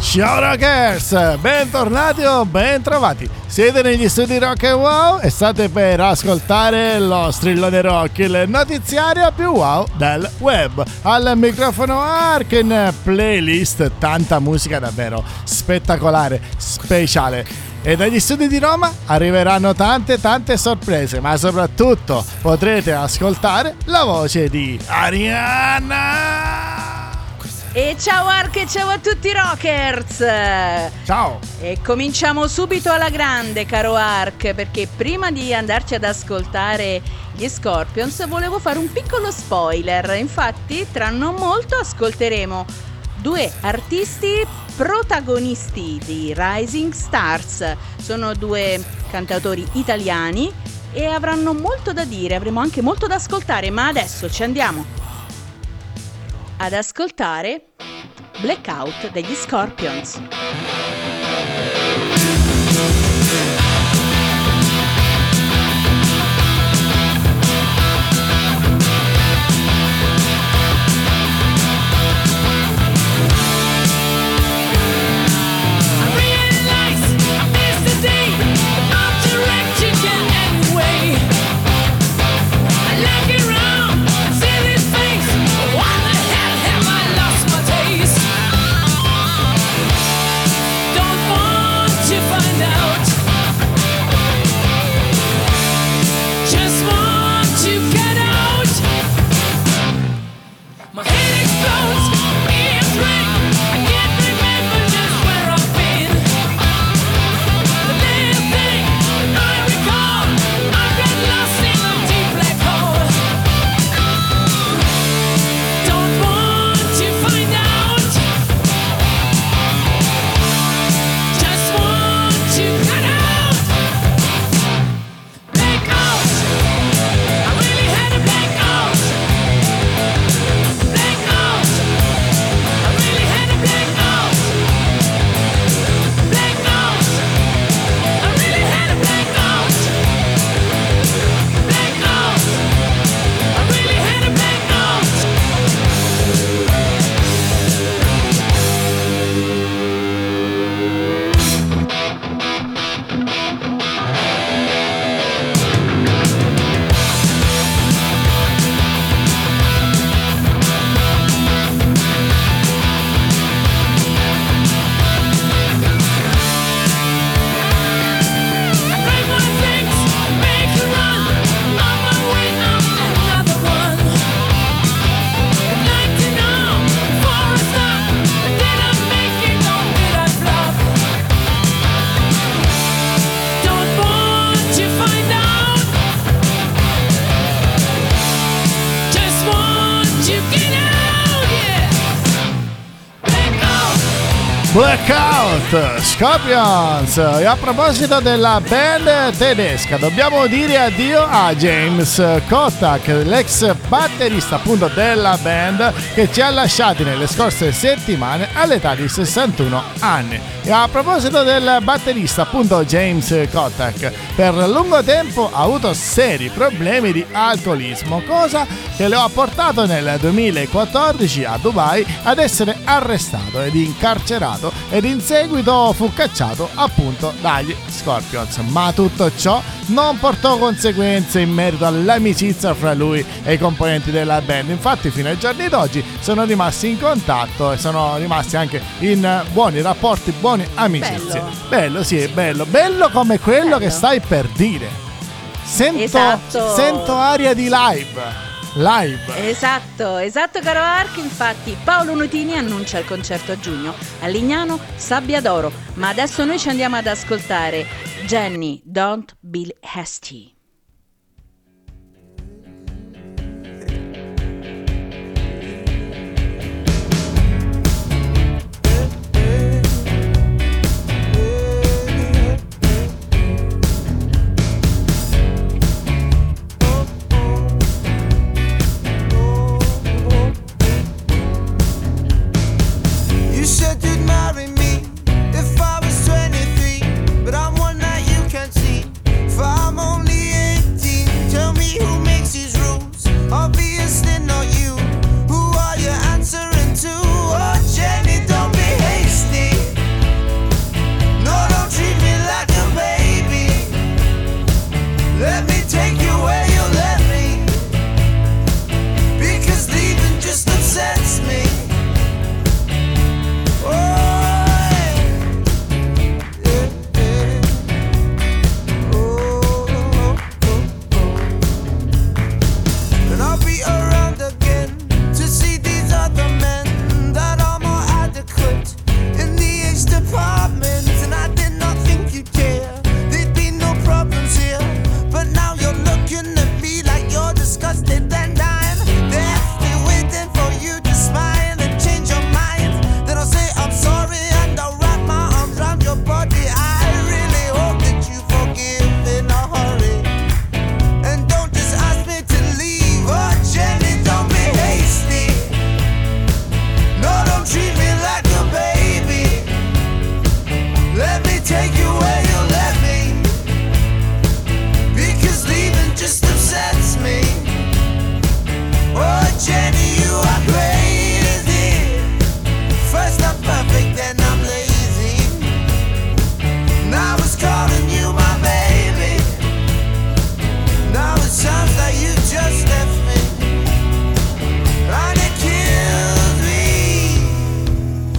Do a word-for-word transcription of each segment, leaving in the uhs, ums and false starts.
Ciao Rockers, bentornati o bentrovati. Siete negli studi Rock and Wow e state per ascoltare lo Strillone Rock, il notiziario più wow del web. Al microfono Ark, in playlist tanta musica davvero spettacolare, speciale. E dagli studi di Roma arriveranno tante tante sorprese, ma soprattutto potrete ascoltare la voce di Arianna. E ciao Ark e ciao a tutti Rockers. Ciao. E cominciamo subito alla grande, caro Ark, perché prima di andarci ad ascoltare gli Scorpions volevo fare un piccolo spoiler. Infatti tra non molto ascolteremo due artisti protagonisti di Rising Stars. Sono due cantautori italiani e avranno molto da dire, avremo anche molto da ascoltare, ma adesso ci andiamo ad ascoltare Blackout degli Scorpions. Blackout Scorpions. E a proposito della band tedesca, dobbiamo dire addio a James Kottak, l'ex batterista appunto della band, che ci ha lasciati nelle scorse settimane all'età di sessantuno anni. E a proposito del batterista appunto James Kottak, per lungo tempo ha avuto seri problemi di alcolismo, cosa che lo ha portato nel duemilaquattordici a Dubai ad essere arrestato ed incarcerato, ed in seguito fu cacciato appunto dagli Scorpions. Ma tutto ciò non portò conseguenze in merito all'amicizia fra lui e i componenti della band. Infatti fino ai giorni d'oggi sono rimasti in contatto e sono rimasti anche in buoni rapporti, buone amicizie. Bello, bello sì, è bello, bello come quello bello. Che stai per dire. Sento, esatto. Sento aria di live. Live. Esatto, esatto caro Ark. Infatti Paolo Nutini annuncia il concerto a giugno a Lignano, Sabbia d'Oro. Ma adesso noi ci andiamo ad ascoltare Jenny, Don't Be Hasty. If I was twenty-three, but I'm one that you can't see. For I'm only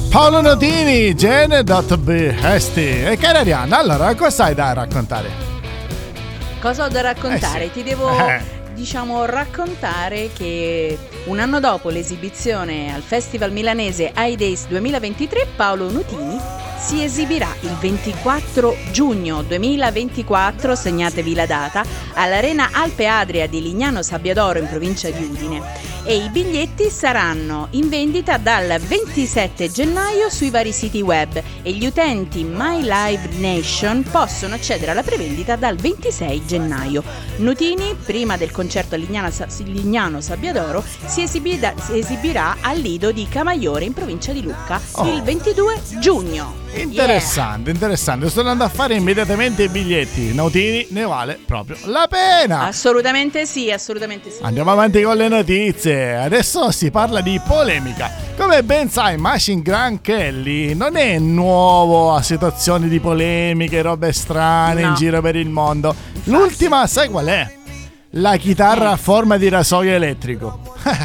Paolo Nutini, Gene.be Esti. E cara Arianna, allora cosa hai da raccontare? Cosa ho da raccontare? Eh sì. Ti devo, Eh. diciamo, raccontare che un anno dopo l'esibizione al Festival milanese I Days duemilaventitré, Paolo Nutini si esibirà il ventiquattro giugno duemilaventiquattro, segnatevi la data, all'Arena Alpe Adria di Lignano Sabbiadoro in provincia di Udine. E i biglietti saranno in vendita dal ventisette gennaio sui vari siti web e gli utenti My Live Nation possono accedere alla prevendita dal ventisei gennaio. Nutini, prima del concerto a Lignano, Lignano Sabbiadoro, si esibirà, si esibirà al Lido di Camaiore in provincia di Lucca Oh. il ventidue giugno. Interessante, interessante. Sto andando a fare immediatamente i biglietti. Nutini ne vale proprio la pena. Assolutamente sì, assolutamente sì. Andiamo avanti con le notizie. Adesso si parla di polemica. Come ben sai, Machine Gun Kelly non è nuovo a situazioni di polemiche, robe strane No. in giro per il mondo. L'ultima, sai qual è? La chitarra a forma di rasoio elettrico.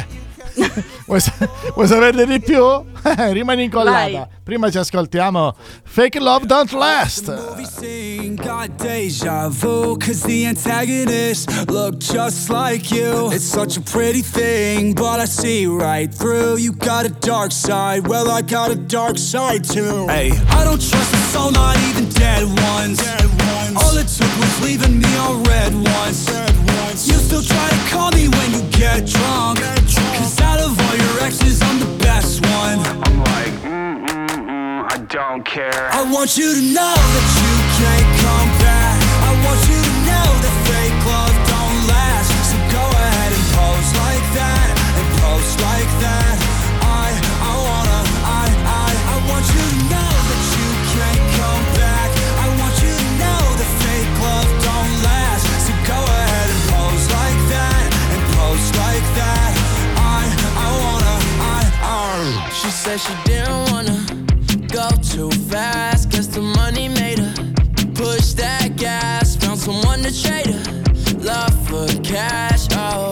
Vuoi, sa- vuoi saperne di più? Rimani incollata. Vai. Prima ci ascoltiamo Fake Love Don't Last. Movie scene got deja vu, cause the antagonist look just like you. It's such a pretty thing, but I see right through. You got a dark side, well I got a dark side too. Hey, I don't trust a soul, not even dead ones. Dead ones. All it took was leaving me on red ones. Red ones. You still try to call me when you get drunk. Get drunk. Cause out of all your exes, I'm the best one. I'm like, mm, mm, mm, I don't care. I want you to know that you can't come back. I want you to know that fake love don't last. So go ahead and pose like that, and post like that. I, I wanna, I, I, I want you to know that you can't come back. I want you to know that fake love don't last. So go ahead and pose like that, and post like that. I, I wanna, I, I. She said she didn't wanna go too fast, guess the money made her push that gas. Found someone to trade her love for cash. Oh,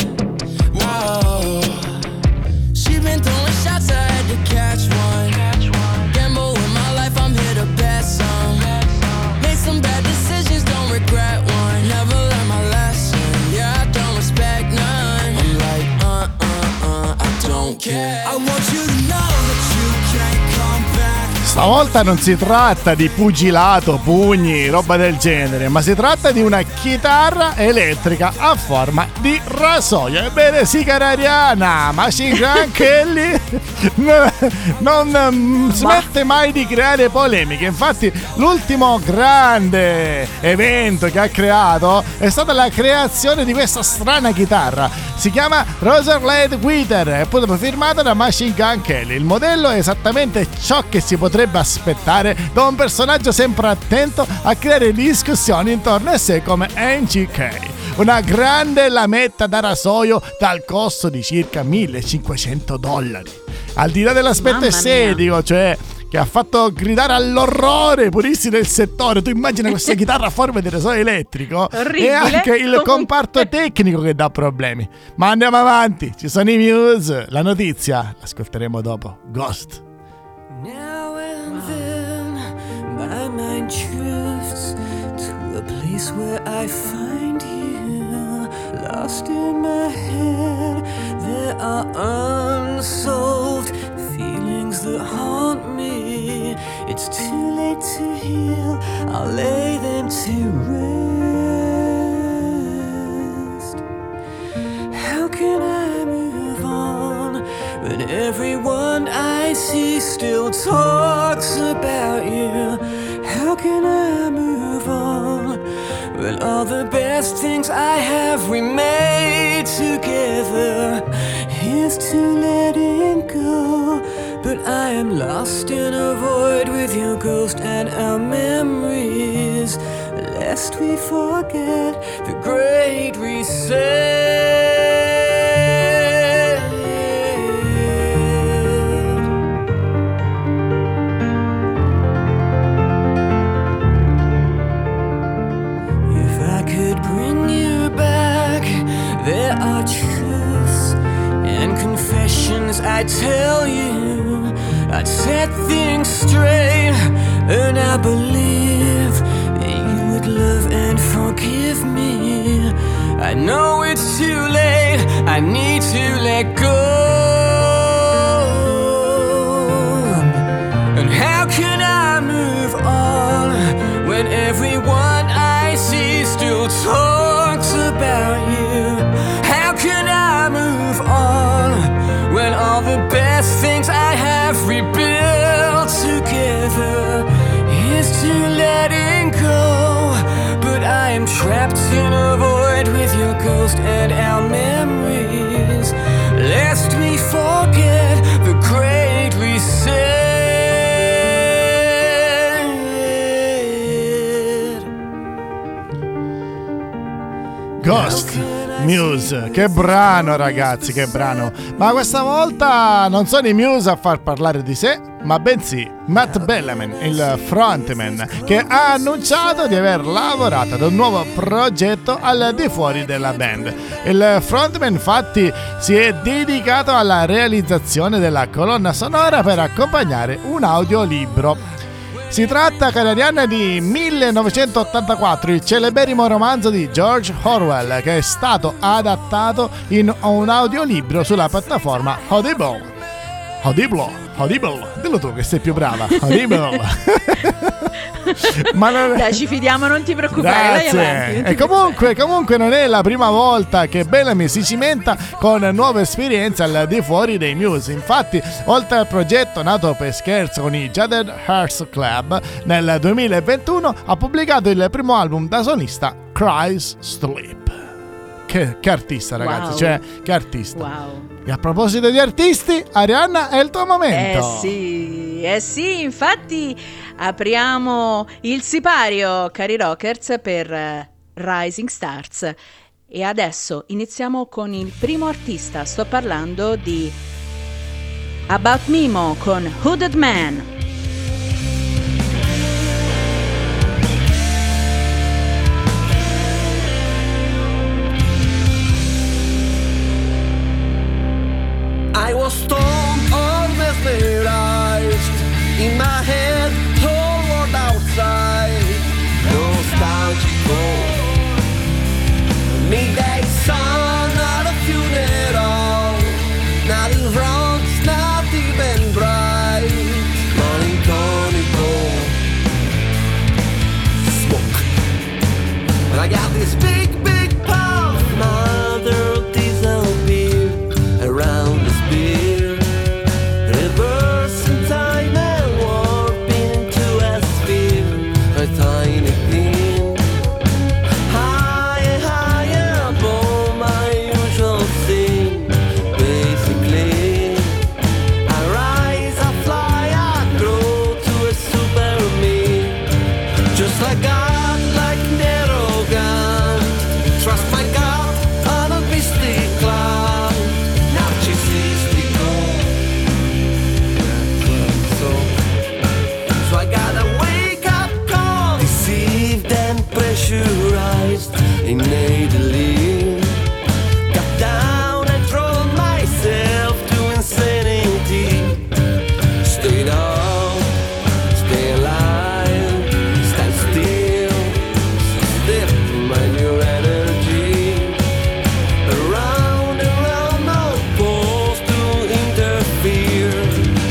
whoa. She been throwing shots, I had to catch one. Gamble with my life, I'm here to bet some. Made some bad decisions, don't regret one. Never learned my lesson, yeah, I don't respect none. I'm like, uh, uh, uh, I don't care. I want you to know that you can't come back. Stavolta non si tratta di pugilato, pugni, roba del genere, ma si tratta di una chitarra elettrica a forma di rasoio. Ebbene sì, cara Ariana, Machine Gun Kelly non mm, smette mai di creare polemiche. Infatti l'ultimo grande evento che ha creato è stata la creazione di questa strana chitarra. Si chiama Roserlade Wither, è proprio firmata da Machine Gun Kelly. Il modello è esattamente ciò che si potrebbe aspettare da un personaggio sempre attento a creare discussioni intorno a sé come M G K. Una grande lametta da rasoio dal costo di circa millecinquecento dollari. Al di là dell'aspetto Mamma estetico, cioè che ha fatto gridare all'orrore i puristi del settore. Tu immagina questa chitarra a forma di rasoio elettrico. Orribile. E anche il Comunque. comparto tecnico che dà problemi. Ma andiamo avanti, ci sono i Muse. La notizia l'ascolteremo dopo. Ghost. Now and then my mind drifts to a place where I find you, lost in my head. There are unsolved feelings that haunt me. It's too late to heal, I'll lay them to rest. How can I move on when everyone I see still talks about you? How can I move on when all the best things I have we made together? Here's to letting go, but I am lost in a void with your ghost and our memories, lest we forget the great reset. There are truths and confessions things I'd tell you, I'd set things straight, and I believe that you would love and forgive me. I know it's too late, I need to let go. And how can I move on when everyone I see still talks about you? How can I move on when all the best things I have rebuilt together is to letting go? But I am trapped in a void with your ghost and our memories, lest we forget the great reset. Ghost Muse, che brano ragazzi, che brano. Ma questa volta non sono i Muse a far parlare di sé, ma bensì Matt Bellamy, il frontman, che ha annunciato di aver lavorato ad un nuovo progetto al di fuori della band. Il frontman infatti si è dedicato alla realizzazione della colonna sonora per accompagnare un audiolibro. Si tratta, cari Arianna, di millenovecentottantaquattro, il celeberrimo romanzo di George Orwell, che è stato adattato in un audiolibro sulla piattaforma Audible. Audible, Audible, dillo tu che sei più brava. Audible. Ma non... Dai, ci fidiamo, non ti preoccupare. Grazie. Vai avanti, e comunque, comunque non è la prima volta che Bellamy si cimenta con nuove esperienze al di fuori dei Muse. Infatti, oltre al progetto nato per scherzo con i Jaded Hearts Club, nel duemilaventuno ha pubblicato il primo album da solista, Cries Sleep. Che, che artista, ragazzi, wow. Cioè, che artista. Wow. E a proposito di artisti, Arianna, è il tuo momento. Eh sì, eh sì, infatti apriamo il sipario, cari rockers, per uh, Rising Stars. E adesso iniziamo con il primo artista, sto parlando di About Mimo con Hooded Man. I was stoned or mesmerized, in my head, whole world outside, nostalgical. Midday sun at a funeral, nothing wrong, not even bright, malinconical. Smoke, and I got this big, big puff, mother disappeared around the spear, reversing time and warping into a sphere, a tiny pin, higher, higher above my usual scene. Basically, I rise, I fly, I grow to a super me, just like God, like arrogant. Trust my God on a mystic cloud. So I gotta wake up cold, deceived and pressurized innately. Got down and thrown myself to insanity. Stay down, stay alive, stand still, stiff my new energy. Around, around, no force to interfere.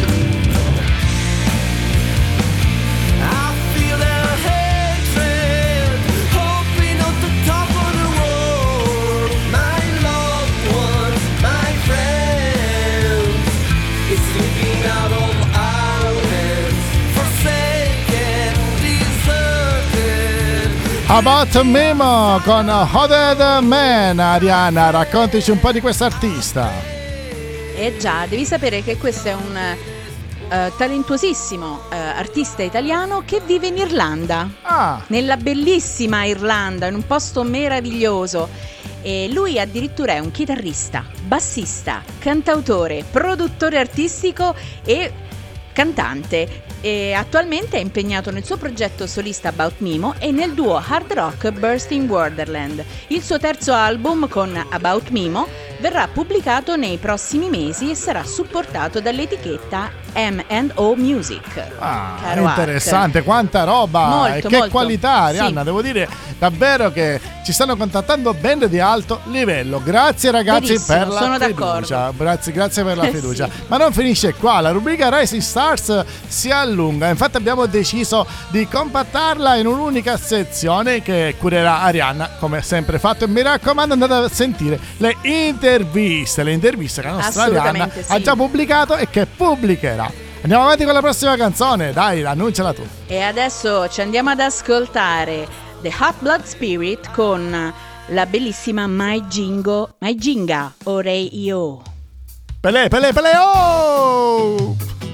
I feel their hatred, hoping on the top of the world. My loved ones, my friends, it's slipping out of our hands, forsaken, deserted. About Mimo con Hooded Man. Arianna, raccontici un po' di quest'artista. Eh già, devi sapere che questo è un uh, talentuosissimo uh, artista italiano che vive in Irlanda, Ah, nella bellissima Irlanda, in un posto meraviglioso. E lui addirittura è un chitarrista, bassista, cantautore, produttore artistico e cantante. E attualmente è impegnato nel suo progetto solista About Mimo e nel duo hard rock Bursting Wonderland. Il suo terzo album con About Mimo verrà pubblicato nei prossimi mesi e sarà supportato dall'etichetta M and O Music. Ah, Caro interessante, Ark. quanta roba Molto, e che molto. qualità, Arianna, Sì. devo dire davvero che ci stanno contattando band di alto livello. Grazie ragazzi Verissimo, per la sono fiducia. d'accordo. Grazie, grazie per la Eh, fiducia. sì. Ma non finisce qua, la rubrica Rising Stars si allunga. Infatti abbiamo deciso di compattarla in un'unica sezione che curerà Arianna, come sempre fatto. E mi raccomando, andate a sentire le interviste, le interviste che la nostra Arianna Assolutamente sì. ha già pubblicato e che pubblicherà. Andiamo avanti con la prossima canzone, dai, annunciala tu. E adesso ci andiamo ad ascoltare The Hot Blood Spirit con la bellissima Mai Jingo, Mai Jinga Orei Io. Pelé, pelé, pelé, oh!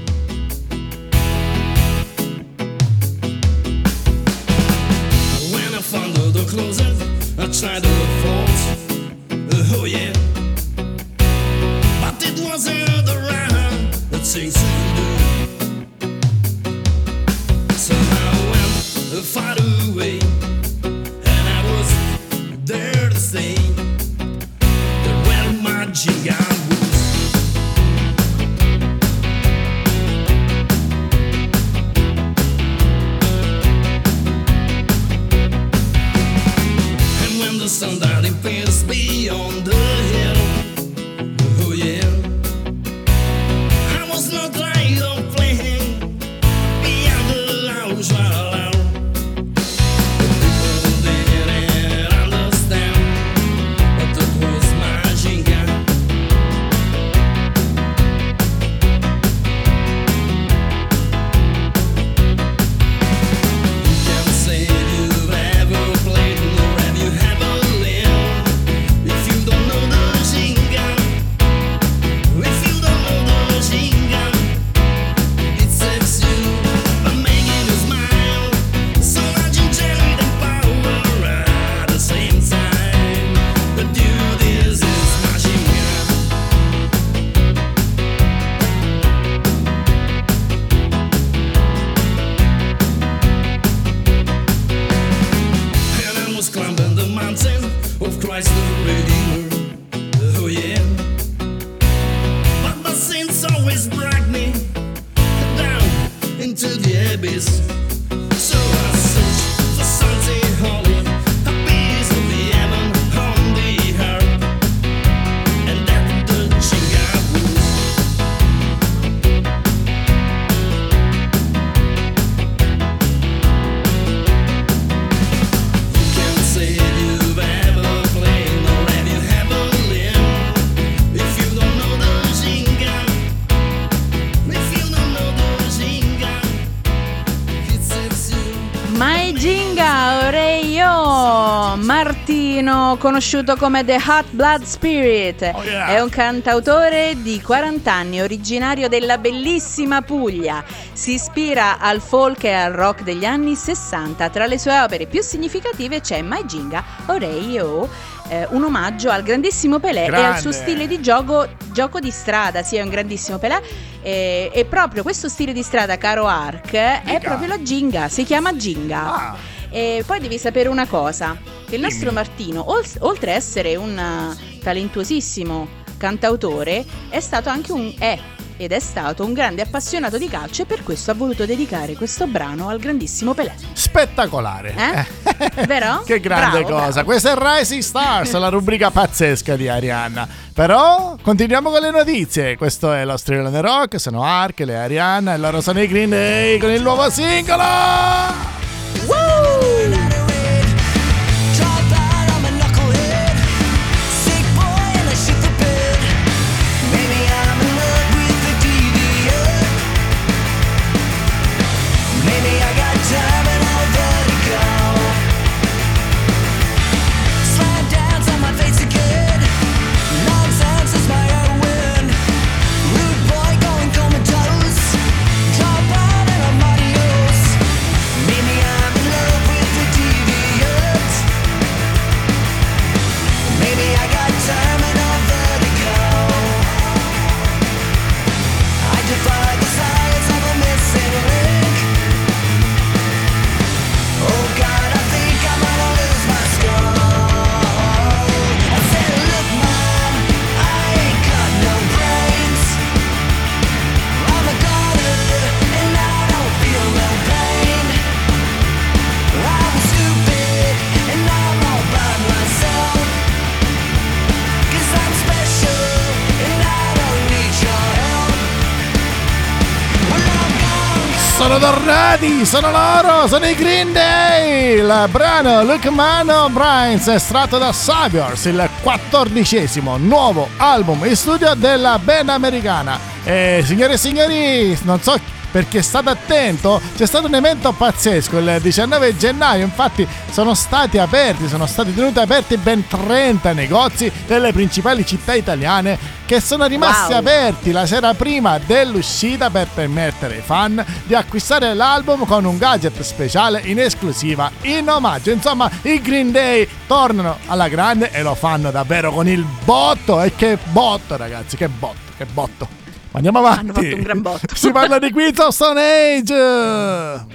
When I found the door closing, I tried to look fault. Oh yeah, but it wasn't the right thing to do. So I went far away, and I was there to say that where my jinga was. And when the sun that appears beyond the hill, oh yeah, I was not tired of playing beyond the lounge while people didn't understand that that was my jinga. You can't say you've ever played nor have you ever lived if you don't know the jinga. If you don't know the jinga, it saves you by making you smile. So much intelligence and power at the same time. But do this is my jinga. And I was climbing the mountain of Christ the Redeemer. Oh yeah. But my sins always drag me down into the abyss. So I search for something holy, a piece of the heaven on the earth, and that the jinga was. You can't say you've ever played nor have you ever lived if you don't know the jinga. If you don't know the jinga, it saves you. Mai Jinga Orei Io. Martino, conosciuto come The Hot Blood Spirit, Oh, yeah. è un cantautore di quaranta anni, originario della bellissima Puglia. Si ispira al folk e al rock degli anni sessanta. Tra le sue opere più significative c'è Mai Jinga Orei Io, eh, un omaggio al grandissimo Pelé e al suo Grande. stile di gioco, gioco di strada. Sì, è un grandissimo Pelé. E, e proprio questo stile di strada, caro Ark, è Dica. proprio la Jinga, si chiama Jinga. Ah. E poi devi sapere una cosa, che il nostro Dimmi. Martino, ol- oltre a essere un uh, talentuosissimo cantautore, è stato anche un è ed è stato un grande appassionato di calcio, e per questo ha voluto dedicare questo brano al grandissimo Pelé. Spettacolare. Eh? Vero? Che grande Bravo, cosa. bravo. Questa è Rising Stars, la rubrica pazzesca di Arianna. Però continuiamo con le notizie. Questo è lo Strillone Rock, sono Ark, le Arianna e loro sono i Green Day con il nuovo singolo. Maybe Sono tornati, sono loro, sono i Green Day. Il brano Look Man O'Brien's, estratto da Saviors, il quattordicesimo nuovo album in studio della band americana. E signore e signori, non so perché state attento, c'è stato un evento pazzesco il diciannove gennaio, infatti sono stati aperti, sono stati tenuti aperti ben trenta negozi delle principali città italiane che sono rimasti Wow. aperti la sera prima dell'uscita per permettere ai fan di acquistare l'album con un gadget speciale in esclusiva in omaggio. Insomma, i Green Day tornano alla grande e lo fanno davvero con il botto. E che botto, ragazzi, che botto, che botto. Andiamo avanti. Hanno fatto un gran botto. Si parla di Queens of Stone Age.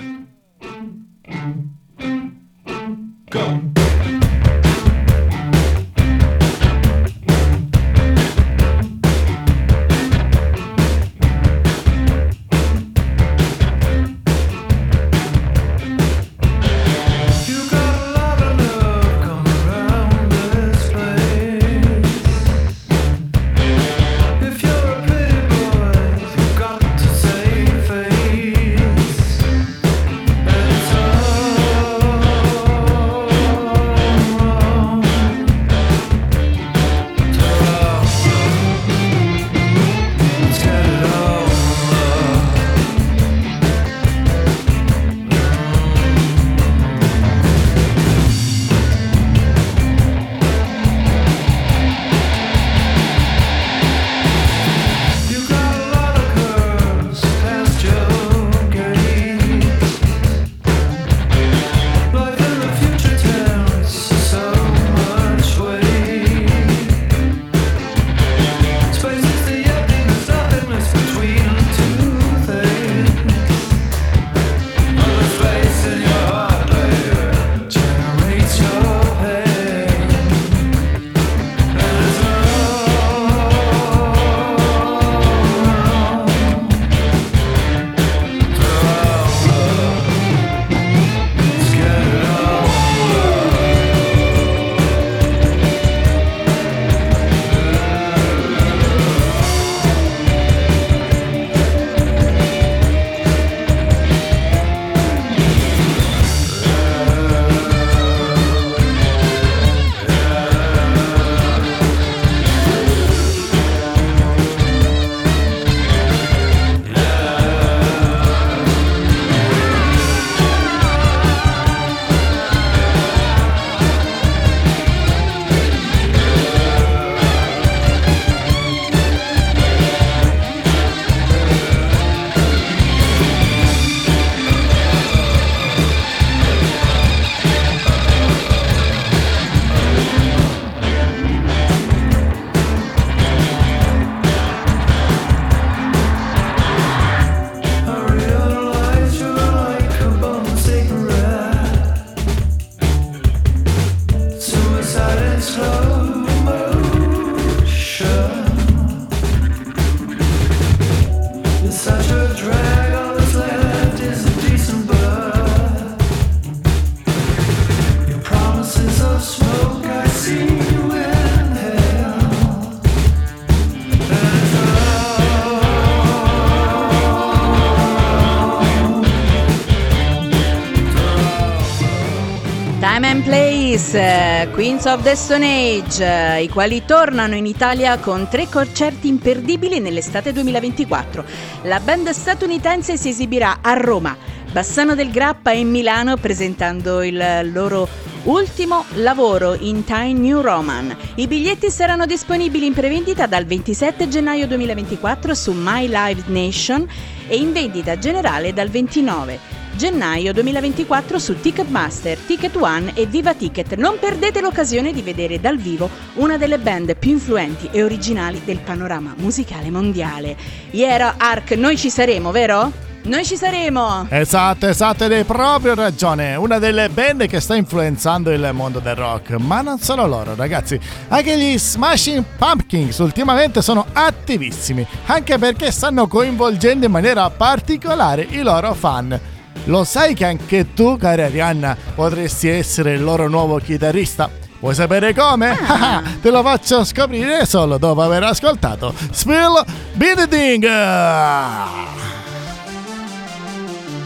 Time and Place, Queens of the Stone Age, i quali tornano in Italia con tre concerti imperdibili nell'estate duemilaventiquattro. La band statunitense si esibirà a Roma, Bassano del Grappa e Milano presentando il loro ultimo lavoro in Time New Roman. I biglietti saranno disponibili in prevendita dal ventisette gennaio duemilaventiquattro su My Live Nation e in vendita generale dal ventinove gennaio duemilaventiquattro su Ticketmaster, Ticket One e Viva Ticket. Non perdete l'occasione di vedere dal vivo una delle band più influenti e originali del panorama musicale mondiale. Yeah, Ark, noi ci saremo, vero? Noi ci saremo! Esatto, esatto, ed hai proprio ragione. Una delle band che sta influenzando il mondo del rock. Ma non solo loro, ragazzi. Anche gli Smashing Pumpkins ultimamente sono attivissimi, anche perché stanno coinvolgendo in maniera particolare i loro fan. Lo sai che anche tu, cara Arianna, potresti essere il loro nuovo chitarrista? Vuoi sapere come? Ah. Te lo faccio scoprire solo dopo aver ascoltato Spill Be The Thing.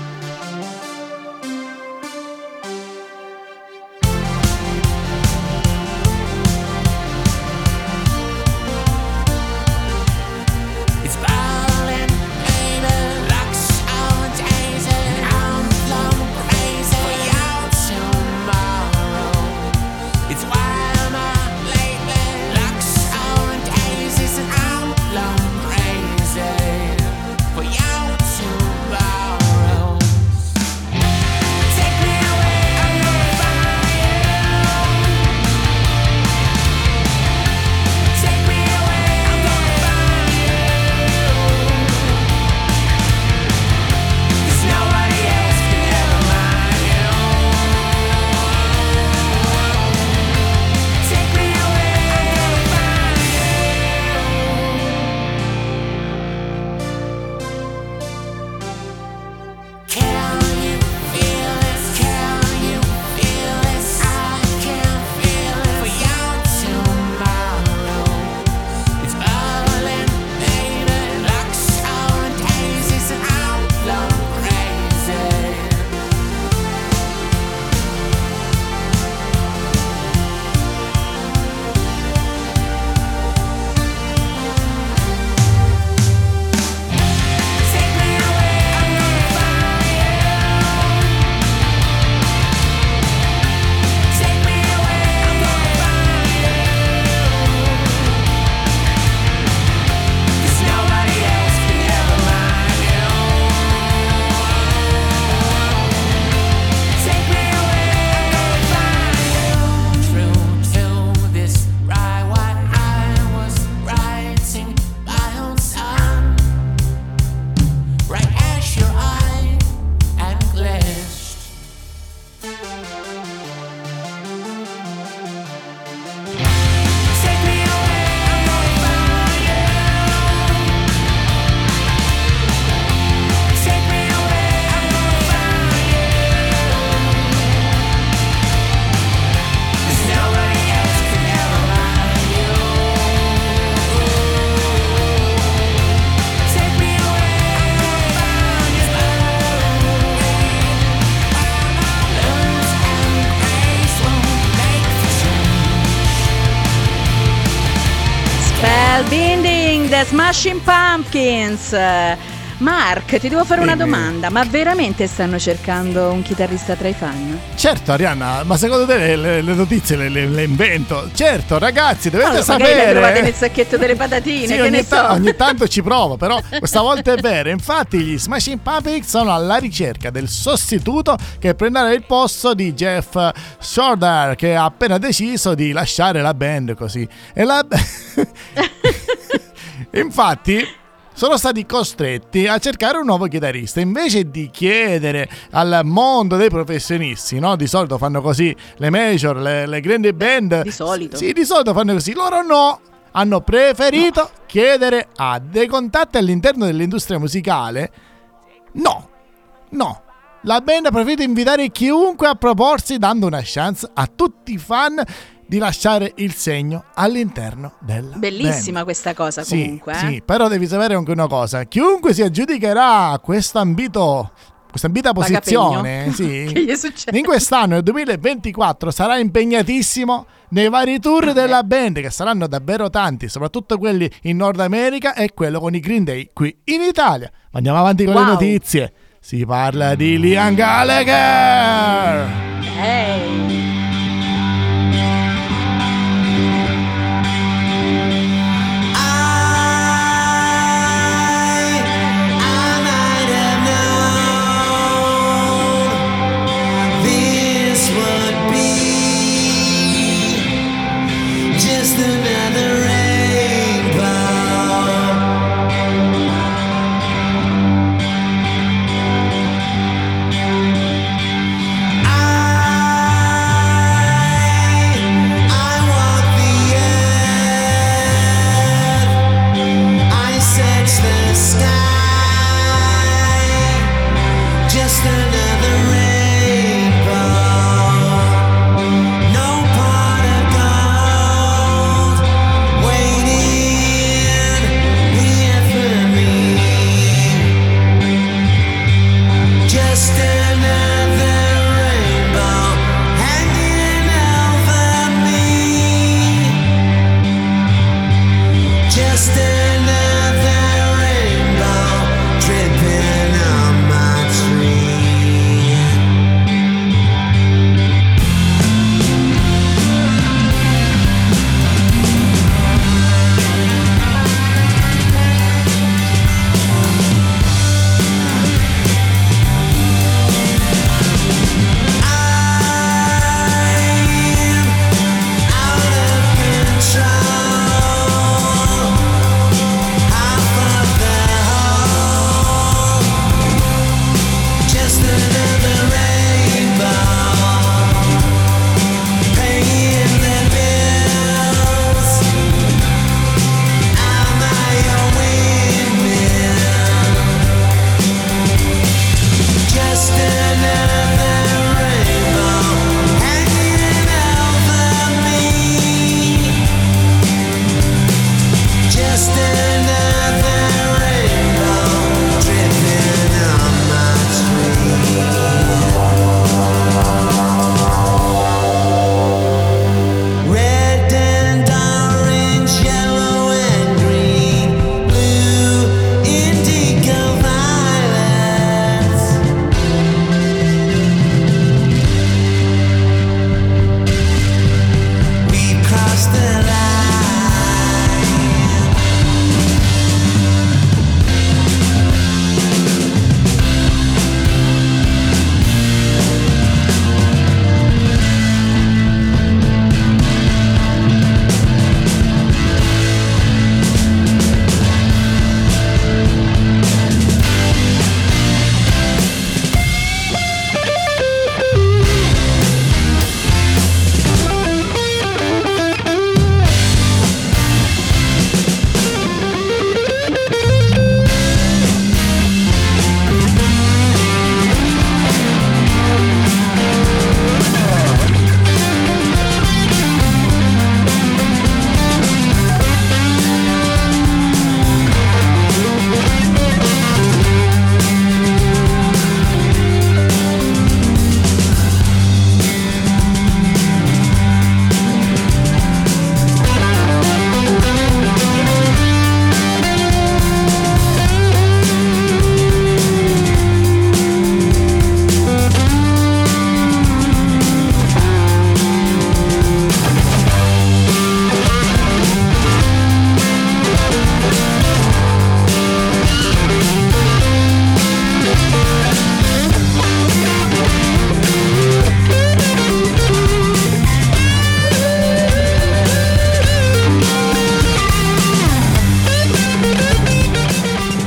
Binding, The Smashing Pumpkins. Mark, ti devo fare una domanda, ma veramente stanno cercando un chitarrista tra i fan? Certo Arianna, ma secondo te le, le- le notizie le, le- le invento? Certo ragazzi, dovete Non lo so, magari le sapere. trovate nel sacchetto delle patatine, Sì, che ogni, ne ta- so. ogni tanto ci provo, però questa volta è vero. Infatti gli Smashing Pumpkins sono alla ricerca del sostituto che prenderà il posto di Jeff Shorter, che ha appena deciso di lasciare la band così. E la Infatti sono stati costretti a cercare un nuovo chitarrista. Invece di chiedere al mondo dei professionisti, no? Di solito fanno così le major, le, le grandi band. Di solito. Sì, di solito fanno così. Loro no. Hanno preferito no. chiedere a dei contatti all'interno dell'industria musicale. No, no. La band ha preferito invitare chiunque a proporsi, dando una chance a tutti i fan di lasciare il segno all'interno della Bellissima band. questa cosa Sì, comunque. eh. sì, però devi sapere anche una cosa: chiunque si aggiudicherà questo ambito, questa ambita posizione, sì, Che gli è successo? in quest'anno, nel duemilaventiquattro, sarà impegnatissimo nei vari tour della band, che saranno davvero tanti, soprattutto quelli in Nord America e quello con i Green Day qui in Italia. Ma andiamo avanti con Wow. le notizie. Si parla di Liam Gallagher. Ehi. This would be just another rainbow. I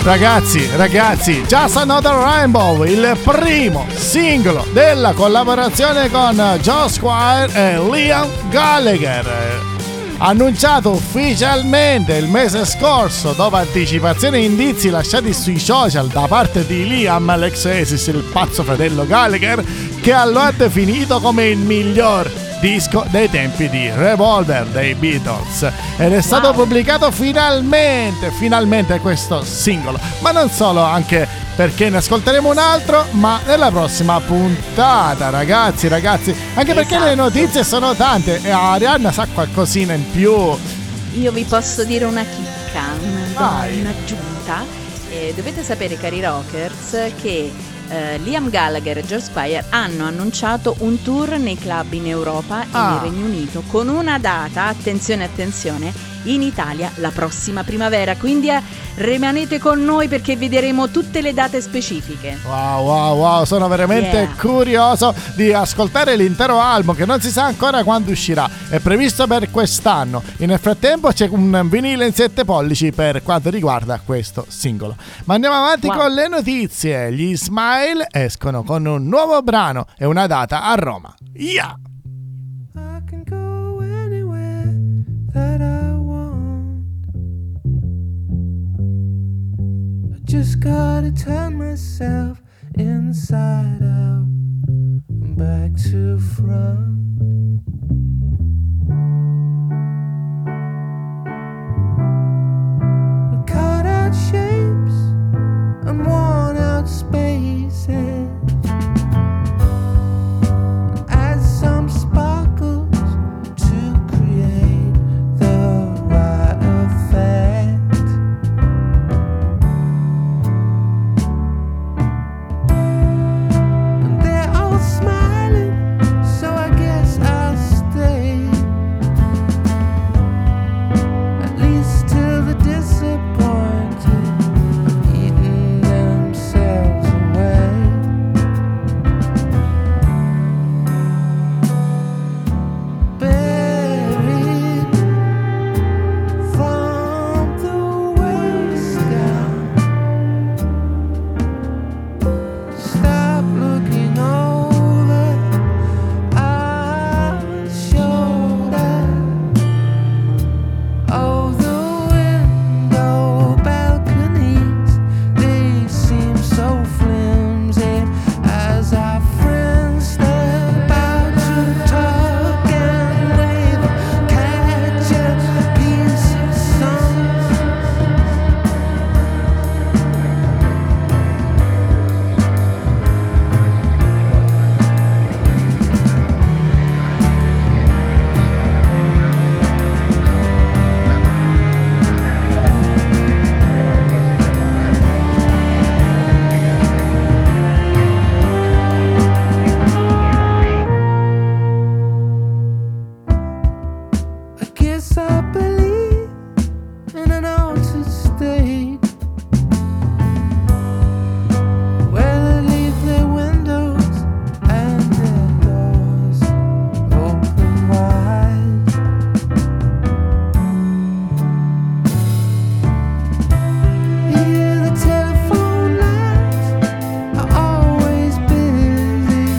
Ragazzi, ragazzi, Just Another Rainbow, il primo singolo della collaborazione con Joe Squire e Liam Gallagher. Annunciato ufficialmente il mese scorso dopo anticipazioni e indizi lasciati sui social da parte di Liam, l'ex Oasis, il pazzo fratello Gallagher, che lo ha definito come il miglior disco dei tempi di Revolver dei Beatles, ed è stato wow. pubblicato finalmente, finalmente questo singolo, ma non solo, anche perché ne ascolteremo un altro, ma nella prossima puntata, ragazzi, ragazzi, anche perché esatto. le notizie sono tante e Arianna sa qualcosina in più. Io vi posso dire una chicca, una, un'aggiunta. Eh, dovete sapere, cari rockers, che Uh, Liam Gallagher e Joe Squire hanno annunciato un tour nei club in Europa e ah. nel Regno Unito, con una data, attenzione attenzione, in Italia la prossima primavera, quindi eh, rimanete con noi perché vedremo tutte le date specifiche. Wow, wow, wow, sono veramente yeah. curioso di ascoltare l'intero album, che non si sa ancora quando uscirà, è previsto per quest'anno. Nel frattempo c'è un vinile in sette pollici per quanto riguarda questo singolo. Ma andiamo avanti wow. con le notizie. Gli Smile escono con un nuovo brano e una data a Roma. Yeah! I can go anywhere that I want. I just gotta turn myself inside out and back to front. We cut out shapes and worn out spaces. Add some sparkles to create the right effect. And they're all smiling, so I guess I'll stay. At least till the disappointed have eaten themselves away. Buried from the waist down. Stop looking over our shoulder. Oh, the window balconies, they seem so flimsy as our friends step out to talk and wave, catch a piece of sun. I guess I believe in an altered state where they leave their windows and their doors open wide. Here the telephone lines are always busy,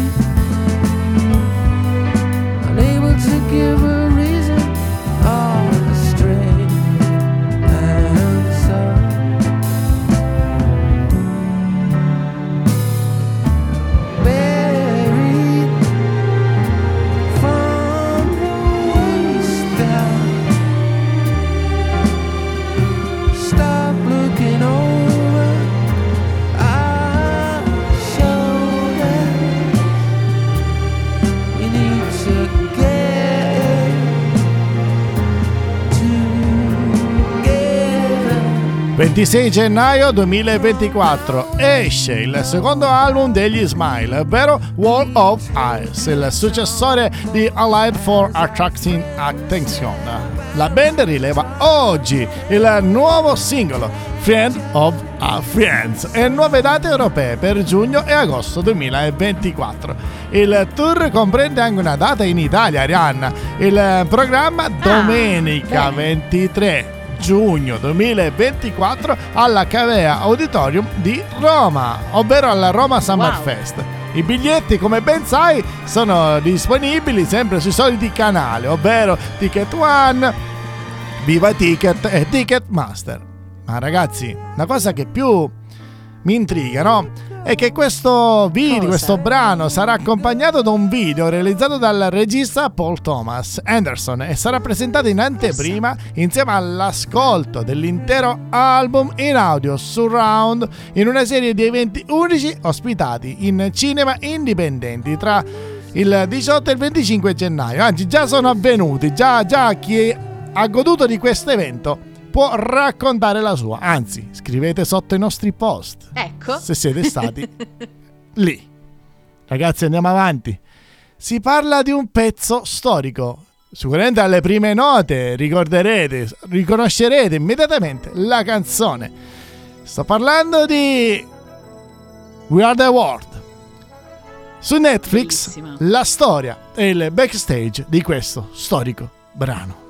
unable to give a reason or a straight answer. Buried from the waist down. Stop looking over our shoulders. We need to get together. ventisei gennaio duemilaventiquattro esce il secondo album degli Smile, ovvero Wall of Ice, il successore di A Light for Attracting Attention. La band rileva oggi il nuovo singolo Friend of a Friends e nuove date europee per giugno e agosto duemilaventiquattro. Il tour comprende anche una data in Italia, Arianna. Il programma domenica ventitré giugno duemilaventiquattro alla Cavea Auditorium di Roma, ovvero alla Roma Summer Wow. Fest. I biglietti, come ben sai, sono disponibili sempre sui soliti canali, ovvero Ticket One, Viva Ticket e Ticketmaster. Ma ragazzi, la cosa che più mi intriga, no? È che questo video, Cosa? questo brano sarà accompagnato da un video realizzato dal regista Paul Thomas Anderson e sarà presentato in anteprima insieme all'ascolto dell'intero album in audio surround in una serie di eventi unici ospitati in cinema indipendenti tra il diciotto e il venticinque gennaio. Anzi, già sono avvenuti, già, già chi ha goduto di questo evento può raccontare la sua. Anzi, scrivete sotto i nostri post Ecco. se siete stati lì. Ragazzi, andiamo avanti. Si parla di un pezzo storico. Sicuramente alle prime note ricorderete, riconoscerete immediatamente la canzone. Sto parlando di We Are The World. Su Netflix Bellissima. la storia e il backstage di questo storico brano.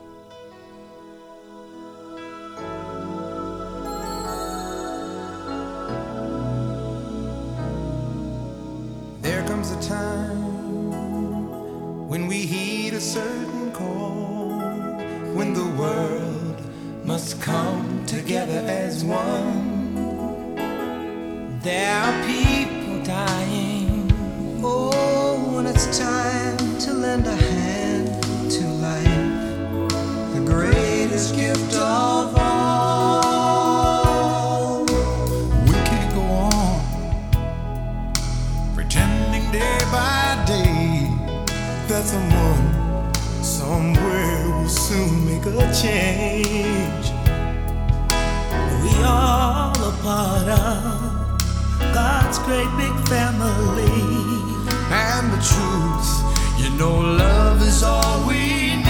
There comes a time when we heed a certain call, when the world must come together as one. There are people dying. Oh, when it's time to lend a hand to life, the greatest gift of all. We can't go on pretending day by day that someone somewhere will soon make a change. We all a part of God's great big family. And the truth, you know, love is all we need.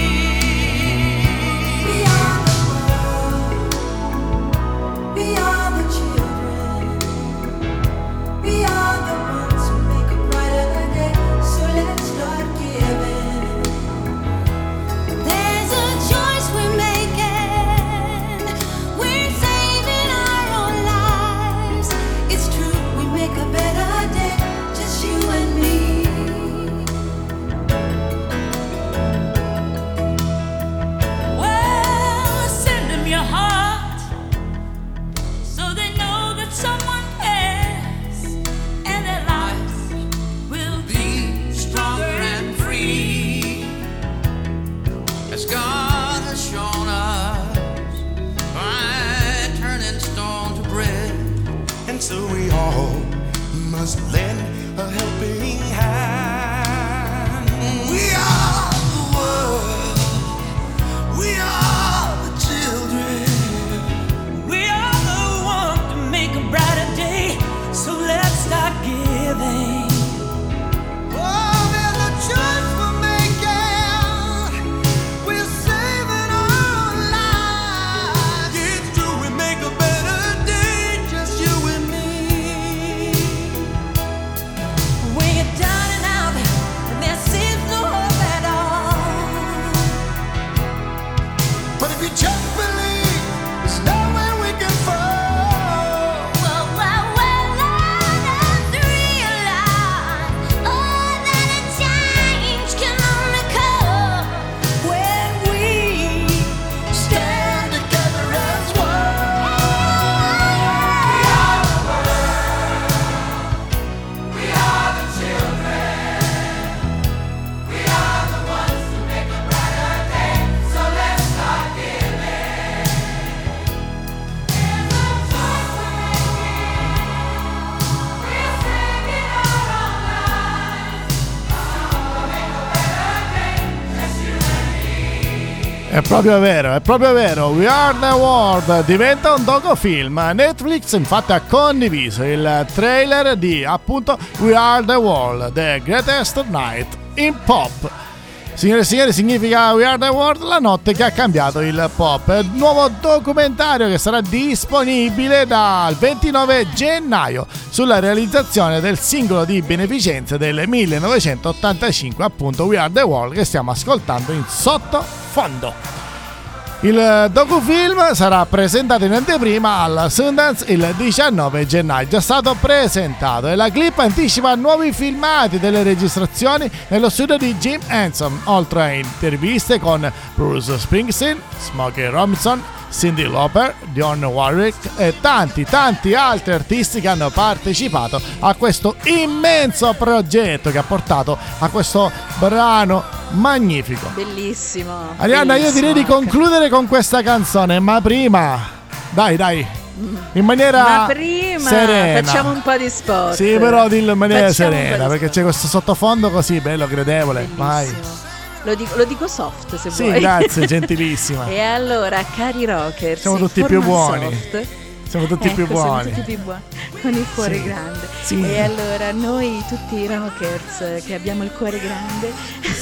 We are the world. We are the children. We are the ones who make a brighter day. So let's start giving. There's a choice we're making. We're saving our own lives. It's true, we make a better day. Just you and me. Well, send them your heart so they know that someone cares and their lives will be stronger and free, As God has shown us by turning stone to bread. And so we all must lend a helping hand. We are the world. We are the children. We are the one to make a brighter day. So let's start giving. Oh, there's a choice we're making. We're saving our lives. It's true, we make a better day, just you and me. When you're down and out, and there seems no hope at all. But if you just believe, there's nowhere we can fall. Well, well, well, let us realize, oh, that a change can only come when we Stand together as one. We are the children. We are the ones who make a brighter day. So let's start giving. There's a choice we're making. We're saving our own lives. We'll make a better day, just you and me. È proprio vero, è proprio vero. We Are The World diventa un docufilm. Netflix infatti ha condiviso il trailer di appunto We Are The World, The Greatest Night in Pop. Signore e signori, significa We Are The World, la notte che ha cambiato il pop. È un nuovo documentario che sarà disponibile dal ventinove gennaio sulla realizzazione del singolo di beneficenza del millenovecentottantacinque, appunto We Are The World, che stiamo ascoltando in sottofondo. Il docufilm sarà presentato in anteprima alla Sundance il diciannove gennaio, già stato presentato, e la clip anticipa nuovi filmati delle registrazioni nello studio di Jim Henson, oltre a interviste con Bruce Springsteen, Smokey Robinson, Cyndi Lauper, Dionne Warwick e tanti tanti altri artisti che hanno partecipato a questo immenso progetto che ha portato a questo brano magnifico. Bellissimo. Arianna, io direi di concludere con questa canzone, ma prima, dai dai, in maniera Ma prima serena. facciamo un po' di sport. Sì, però dillo in maniera Facciamo un po' serena, di perché sport. c'è questo sottofondo così bello, gradevole. Vai. Bellissimo. Lo dico, lo dico soft se Sì, vuoi. grazie, gentilissima. E allora, cari rockers, Siamo in tutti più forma buoni. soft, Siamo tutti ecco, più siamo buoni. tutti più buoni, con il cuore Sì, grande. sì. E allora, noi tutti i rockers che abbiamo il cuore grande,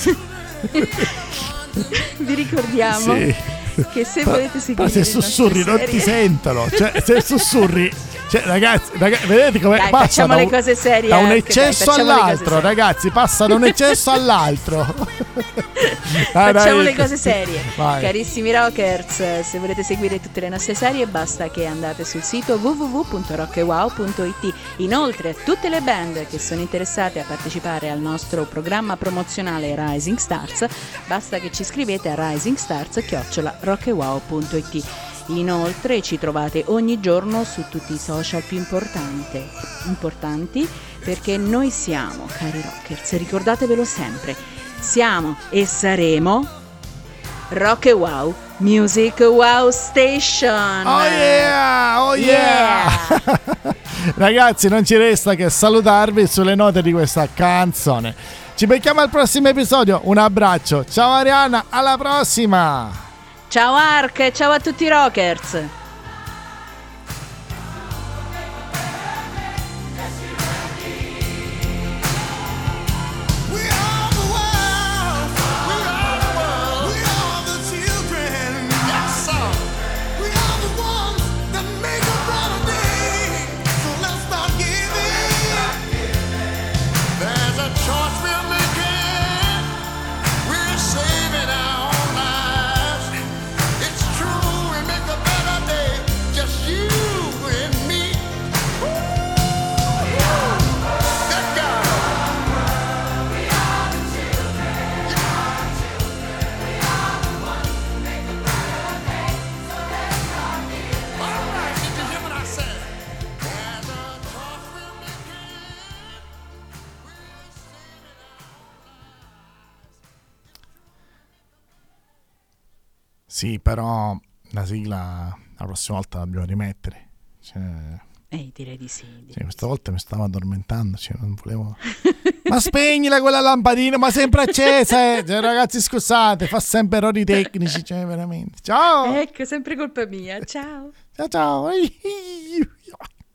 vi ricordiamo Sì. che se Però- volete seguire però se le nostre sussurri non ti serie- sentono, cioè se sussurri, cioè ragazzi, ragazzi vedete come Dai, passa facciamo da le un, cose serie da un anche, eccesso dai, facciamo le cose all'altro, serie. ragazzi, passa da un eccesso all'altro. Dai, Facciamo dai. le cose serie. Vai. Carissimi rockers, se volete seguire tutte le nostre serie basta che andate sul sito w w w punto rock e wow punto i t. Inoltre, tutte le band che sono interessate a partecipare al nostro programma promozionale Rising Stars, basta che ci scrivete a risingstars chiocciola rock e wow punto i t. Inoltre ci trovate ogni giorno su tutti i social più importanti, importanti perché noi siamo, cari rockers, ricordatevelo sempre, siamo e saremo Rock e Wow Music Wow Station. Oh yeah, oh yeah. Ragazzi, non ci resta che salutarvi sulle note di questa canzone. Ci becchiamo al prossimo episodio. Un abbraccio. Ciao Arianna, alla prossima. Ciao Ark e ciao a tutti i rockers. We are the world. We are the world. We are the children. Yes, sir. We are the ones that make a brighter day. So let's start giving. There's a choice we're making. We're saving our own lives. It's true. We make a better day. Just you and me. That guy. All right, did you hear what I said? There's a choice we're making. We're saving our Sì, però la sigla la prossima volta la dobbiamo rimettere. Cioè, Eh, direi di sì. direi sì, di questa volta mi stavo addormentando, cioè non volevo. Ma spegnila quella lampadina, ma sempre accesa, eh. Cioè, ragazzi, scusate, fa sempre errori tecnici, cioè veramente. Ciao. sì. Ecco, sempre colpa mia. Ciao. Ciao ciao.